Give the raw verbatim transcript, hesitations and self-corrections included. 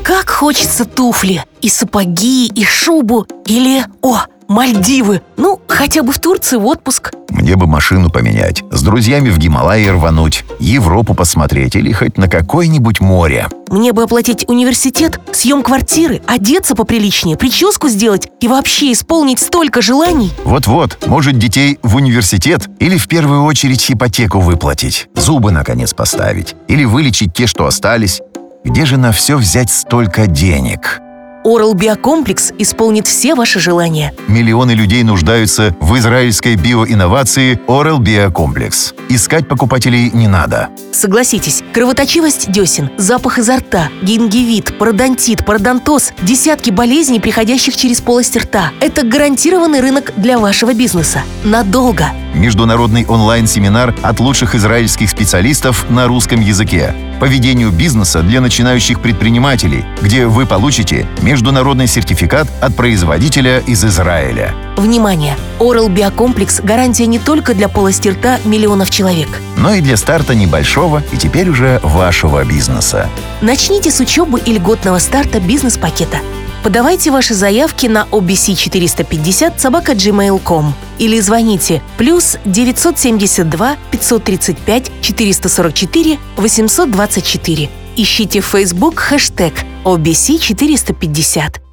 Как хочется туфли, и сапоги, и шубу, или, о, Мальдивы. Ну, хотя бы в Турции в отпуск. Мне бы машину поменять, с друзьями в Гималаи рвануть, Европу посмотреть или хоть на какое-нибудь море. Мне бы оплатить университет, съем квартиры, одеться поприличнее, прическу сделать и вообще исполнить столько желаний. Вот-вот, может, детей в университет или в первую очередь ипотеку выплатить, зубы наконец поставить или вылечить те, что остались. Где же на все взять столько денег? Oral Биокомплекс исполнит все ваши желания. Миллионы людей нуждаются в израильской биоинновации Oral Биокомплекс. Искать покупателей не надо. Согласитесь, кровоточивость десен, запах изо рта, гингивит, пародонтит, пародонтоз, десятки болезней, приходящих через полость рта. Это гарантированный рынок для вашего бизнеса. Надолго. Международный онлайн-семинар от лучших израильских специалистов на русском языке по ведению бизнеса для начинающих предпринимателей, где вы получите международный сертификат от производителя из Израиля. Внимание! Oral Биокомплекс – гарантия не только для полости рта миллионов человек, но и для старта небольшого и теперь уже вашего бизнеса. Начните с учебы и льготного старта бизнес-пакета. Подавайте ваши заявки на о би си четыреста пятьдесят собака джимейл точка ком или звоните плюс девятьсот семьдесят два пятьсот тридцать пять четыреста сорок четыре восемьсот двадцать четыре. Ищите в Facebook хэштег о би си четыреста пятьдесят.